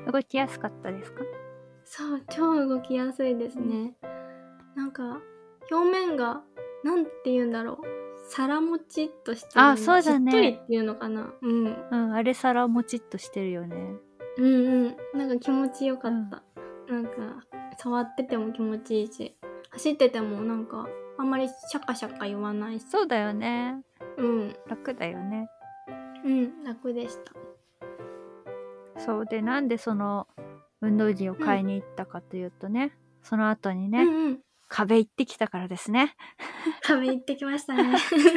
Speaker 1: 動きやすかったですか？
Speaker 2: そう、超動きやすいですね。なんか表面がなんて言うんだろう、皿もちっとしてる。
Speaker 1: あ、そうだね。
Speaker 2: しっとりっていうのかな。
Speaker 1: あれ皿もちっとしてるよね。
Speaker 2: なんか気持ちよかった。なんか触ってても気持ちいいし、走っててもなんかあんまりシャカシャカ言わないし。
Speaker 1: そうだよね。楽だよね。
Speaker 2: 楽でした。
Speaker 1: そうで、なんでその運動着を買いに行ったかというとね、その後にね、壁行ってきたからですね。
Speaker 2: 壁行ってきましたね。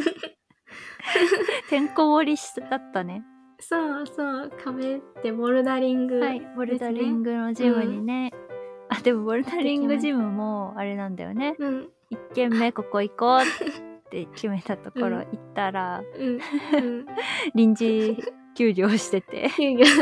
Speaker 1: てんこ盛りだったね。
Speaker 2: そうそう、壁ってボルダリングですね。
Speaker 1: ボルダリングのジムにね、でもボルダリングジムもあれなんだよね。1軒目ここ行こうって決めたところ行ったら、臨時休業してて。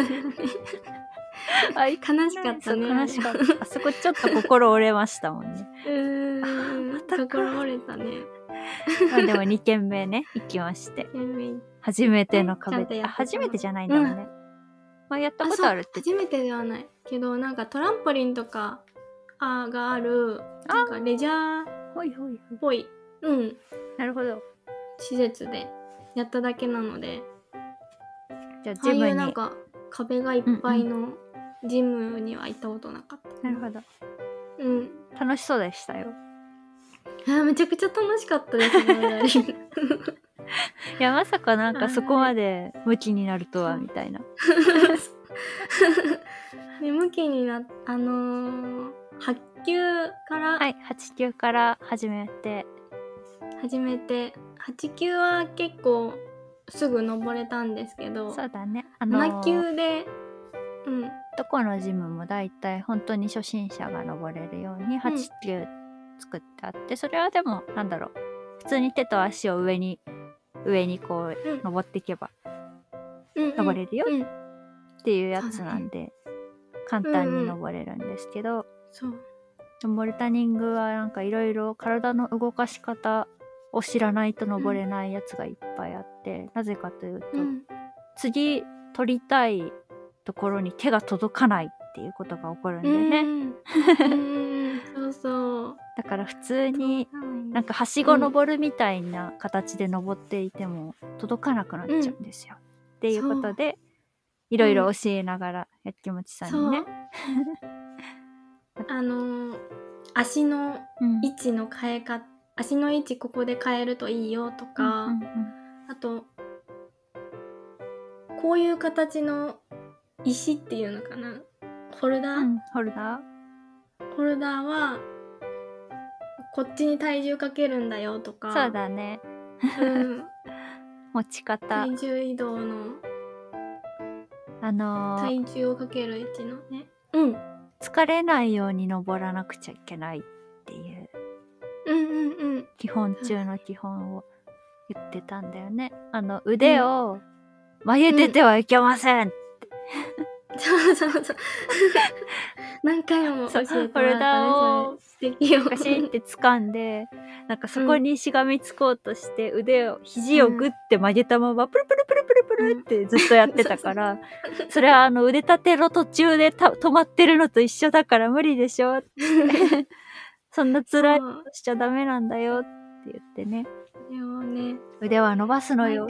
Speaker 2: 悲しかったね。
Speaker 1: 悲しかった。あそこちょっと心折れましたもんね。
Speaker 2: 心折れたね。
Speaker 1: でも2軒目ね、行きまして。初めての壁で。初めてじゃないんだもんね。やったことあるって。
Speaker 2: 初めてではないけど、なんかトランポリンとかがある、なんかレジャーっぽい、
Speaker 1: なるほど。
Speaker 2: 施設でやっただけなので、
Speaker 1: じゃあジムに
Speaker 2: なんか壁がいっぱいのジムには行ったことなかった。
Speaker 1: なるほど。楽しそうでしたよ。
Speaker 2: めちゃくちゃ楽しかったですね。
Speaker 1: いや、まさかなんかそこまでムキになるとはみたいな。
Speaker 2: ムキにな8級から
Speaker 1: 8級から始めて
Speaker 2: 8級は結構すぐ登れたんですけど、
Speaker 1: そうだね、
Speaker 2: 7級で
Speaker 1: どこのジムもだいたい本当に初心者が登れるように8級作ってあって、それはでもなんだろう、普通に手と足を上にこう登っていけば登れるよっていうやつなんで、簡単に登れるんですけど、ボルダリングはなんかいろいろ体の動かし方を知らないと登れないやつがいっぱいあって、なぜかというと、次取りたいところに手が届かないっていうことが起こるんでね。
Speaker 2: そう
Speaker 1: だから普通になんかはしご登るみたいな形で登っていても届かなくなっちゃうんですよ。っていうことでいろいろ教えながらやきもちさんにね。
Speaker 2: 足の位置の変え方、足の位置ここで変えるといいよとか、あとこういう形の石っていうのかな、ホルダーはこっちに体重かけるんだよとか。
Speaker 1: そうだね。持ち方、
Speaker 2: 体重移動の体重をかける位置のね、
Speaker 1: 疲れないように登らなくちゃいけないっていう、基本中の基本を言ってたんだよね。腕を曲げててはいけませんって。
Speaker 2: そう何回も教えてもらったね。
Speaker 1: ホルダーをガシンって掴んで、なんかそこにしがみつこうとして肘をグッて曲げたままプルプルプルプルプルってずっとやってたから、それは腕立ての途中で止まってるのと一緒だから無理でしょってそんな辛いことしちゃダメなんだよって言ってね。腕は伸ばすのよ。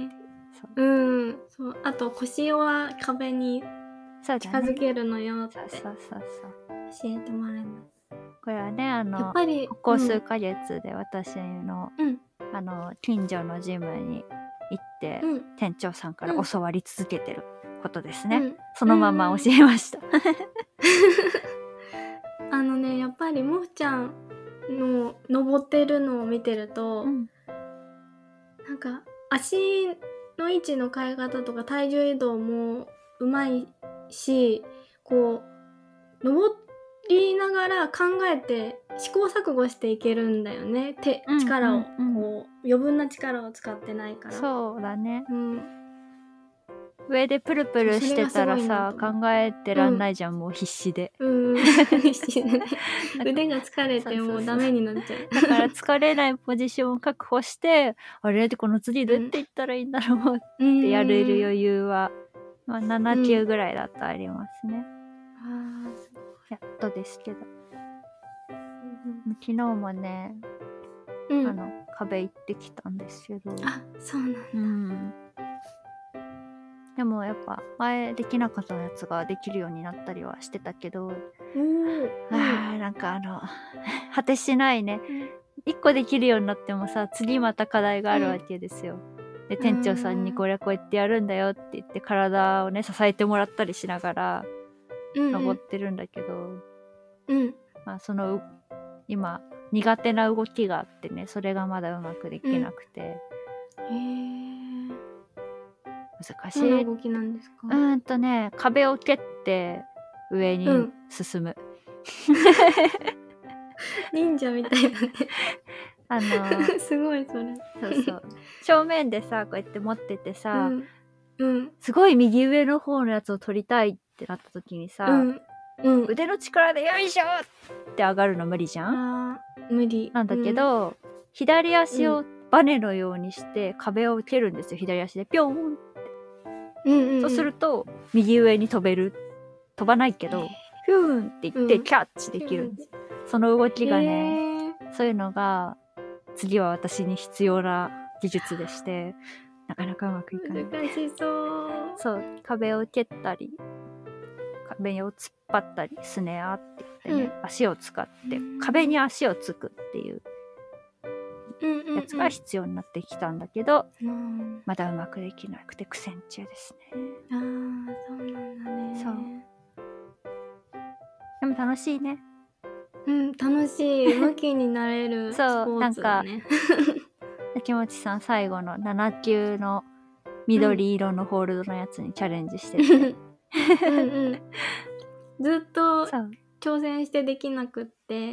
Speaker 2: そう、あと腰は壁に近づけるのよって教えてもらいます。
Speaker 1: これはね、
Speaker 2: やっぱり
Speaker 1: ここ数ヶ月で私の、近所のジムに行って、店長さんから教わり続けてることですね。そのまま教えました。
Speaker 2: やっぱりもふちゃんの登ってるのを見てると、なんか足の位置の変え方とか体重移動もうまいし、こう登りながら考えて試行錯誤していけるんだよね。力を、こう余分な力を使ってないから。
Speaker 1: そうだね。上でプルプルしてたらさ、考えてらんないじゃん、もう必死で。
Speaker 2: 必死でね。腕が疲れてもうダメになっちゃう。
Speaker 1: だから疲れないポジションを確保して、あれこの次どうやっていったらいいんだろうってやれる余裕は、まあ7級ぐらいだとありますね。やっとですけど。昨日もね、壁行ってきたんですけど。
Speaker 2: あ、そうなんだ。
Speaker 1: でもやっぱ前できなかったやつができるようになったりはしてたけど、なんか果てしないね。1個できるようになってもさ、次また課題があるわけですよ。で、店長さんにこれはこうやってやるんだよって言って体をね、支えてもらったりしながら登ってるんだけど、まあその今苦手な動きがあってね、それがまだうまくできなくて。難しい。
Speaker 2: どんな動きなんですか？
Speaker 1: 壁を蹴って上に進む。
Speaker 2: 忍者みたいだね。すごいそれ。
Speaker 1: そうそう。正面でさ、こうやって持っててさ、すごい右上の方のやつを取りたいってなった時にさ、腕の力でよいしょって上がるの無理じゃん？
Speaker 2: 無理。
Speaker 1: なんだけど、左足をバネのようにして壁を蹴るんですよ、左足で。ピョーンって。そうすると右上に飛べる。飛ばないけど、フューンって言ってキャッチできるんです。その動きがね、そういうのが次は私に必要な技術でして、なかなかうまくいかない。
Speaker 2: 難しそう。
Speaker 1: そう、壁を蹴ったり、壁を突っ張ったり、スネアって言ってね、足を使って壁に足をつくっていうやつが必要になってきたんだけど、まだうまくできなくて苦戦中ですね。
Speaker 2: そうなんだね。
Speaker 1: そう。でも楽しいね。
Speaker 2: 楽しい。向きになれるスポーツだね。
Speaker 1: 秋元さん最後の7級の緑色のホールドのやつにチャレンジしてて。
Speaker 2: ずっと挑戦してできなくって、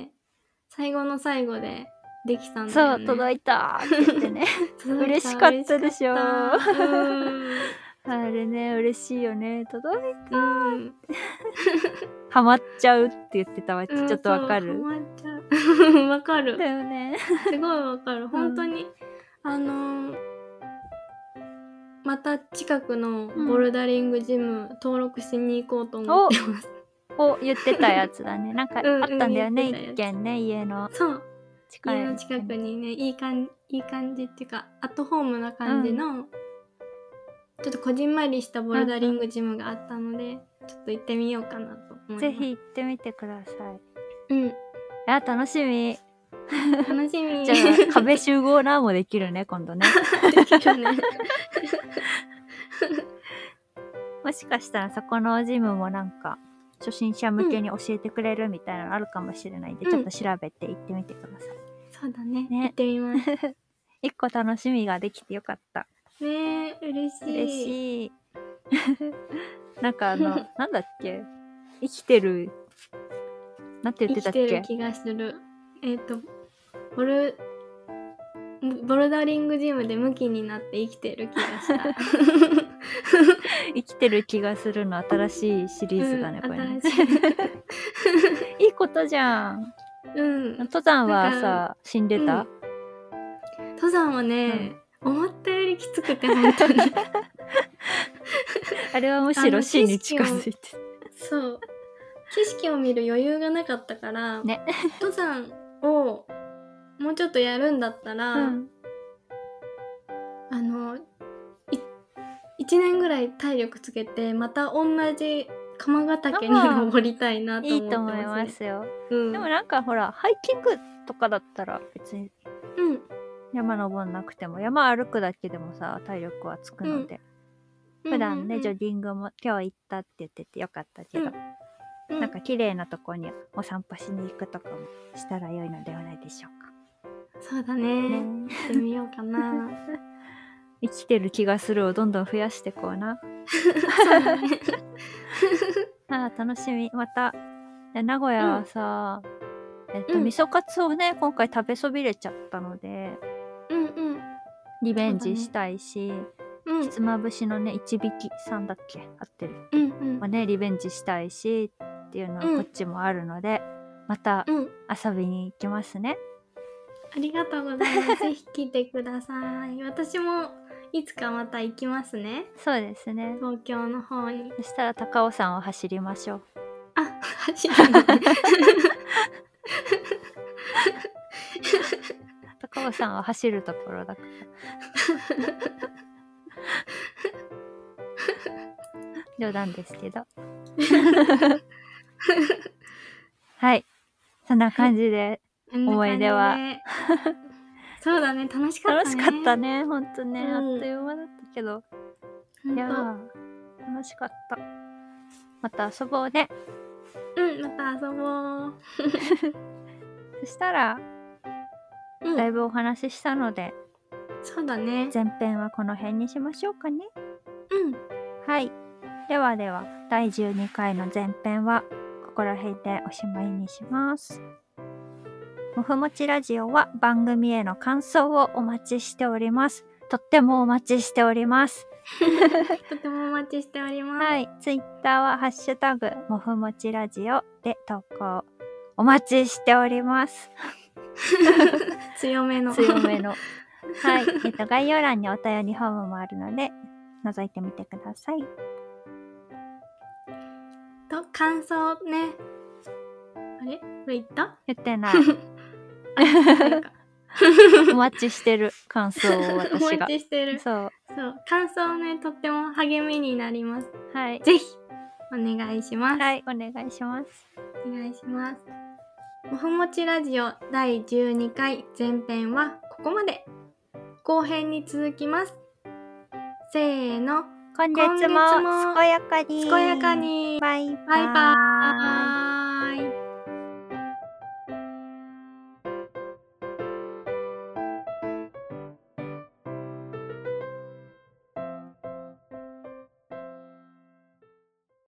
Speaker 2: 最後の最後でできたんだよね。
Speaker 1: そう、届いたって言ってね。嬉しかったでしょ。あれね、嬉しいよね。届いたーって。ハマっちゃうって言ってたわ。ちょっとわかる？
Speaker 2: ハマっちゃう。わかる。
Speaker 1: だよね。
Speaker 2: すごいわかる。本当に、また近くのボルダリングジム登録しに行こうと思ってます。
Speaker 1: 言ってたやつだね。なんかあったんだよね、一軒ね、家の。
Speaker 2: そう。家の近くにね、いい感じっていうか、アットホームな感じの、ちょっとこじんまりしたボルダリングジムがあったので、ちょっと行ってみようかなと思います。
Speaker 1: ぜひ行ってみてください。楽しみ。
Speaker 2: 楽しみ。
Speaker 1: じゃあ、壁集合なもできるね、今度ね。
Speaker 2: できるね。
Speaker 1: もしかしたらそこのジムもなんか、初心者向けに教えてくれるみたいなのあるかもしれないんで、ちょっと調べて行ってみてください。
Speaker 2: そうだね。行ってみます。
Speaker 1: 一個楽しみができてよかった。
Speaker 2: ねえ、嬉しい。
Speaker 1: 嬉しい。なんかなんだっけ、生きてる、なんて言ってたっけ？
Speaker 2: 生きてる気がする。ボルダリングジムでムキになって生きてる気がした。
Speaker 1: 生きてる気がするの新しいシリーズだね、これね。いいことじゃん。登山はさ、死んでた？
Speaker 2: 登山はね、思ったよりきつくて本当に。
Speaker 1: あれはむしろ死に近づいて。
Speaker 2: そう。景色を見る余裕がなかったから、
Speaker 1: ね、
Speaker 2: 登山をもうちょっとやるんだったら、1年ぐらい体力つけてまた同じ鎌ヶ岳に登りたいなと思ってます。
Speaker 1: いいと思いますよ。でもなんかほら、ハイキングとかだったら別に山登んなくても、山歩くだけでもさ、体力はつくので、普段ね、ジョギングも今日行ったって言っててよかったけど、 なんか綺麗なとこにお散歩しに行くとかもしたら良いのではないでしょうか。
Speaker 2: そうだね。行ってみようかな。
Speaker 1: 生きてる気がするをどんどん増やしてこうな。
Speaker 2: そうだね。
Speaker 1: 楽しみ。また名古屋はさ、味噌カツをね今回食べそびれちゃったので、リベンジしたいし、ひつまぶしのね一匹さんだっけ合ってる、リベンジしたいしっていうのはこっちもあるので、また遊びに行きますね。
Speaker 2: ありがとうございます。ぜひ来てください。私もいつかまた行きますね。
Speaker 1: そうですね。
Speaker 2: 東京の方に。
Speaker 1: そしたら高尾山を走りましょう。
Speaker 2: 走るのね。
Speaker 1: 高尾山は走るところだから。冗談ですけど。はい。そんな感じで、思い出は。
Speaker 2: そうだね、楽しかったね。
Speaker 1: 楽しかったね、ほんとね。あっという間だったけど。いやー、楽しかった。また遊ぼうね。
Speaker 2: また遊ぼう。
Speaker 1: そしたら、だいぶお話ししたので、
Speaker 2: そうだね。
Speaker 1: 前編はこの辺にしましょうかね。はい。ではでは、第12回の前編は、ここら辺でおしまいにします。もふもちラジオは番組への感想をお待ちしております。とってもお待ちしております。
Speaker 2: とてもお待ちしております。
Speaker 1: はい。ツイッターはハッシュタグ、もふもちラジオで投稿。お待ちしております。
Speaker 2: 強めの。
Speaker 1: はい。概要欄にお便りフォームもあるので、覗いてみてください。
Speaker 2: と、感想ね。あれこれ言った？
Speaker 1: 言ってない。お待ちしてる感想を私が。
Speaker 2: お待ちしてる。そう。感想ね、とっても励みになります。
Speaker 1: はい。
Speaker 2: ぜひ、お願いします。
Speaker 1: はい、お願いします。
Speaker 2: お願いします。もふもちラジオ第12回前編はここまで。後編に続きます。せーの。
Speaker 1: 今月も健やかに。
Speaker 2: 健やかに。
Speaker 1: バイバーイ。
Speaker 2: バイバーイ。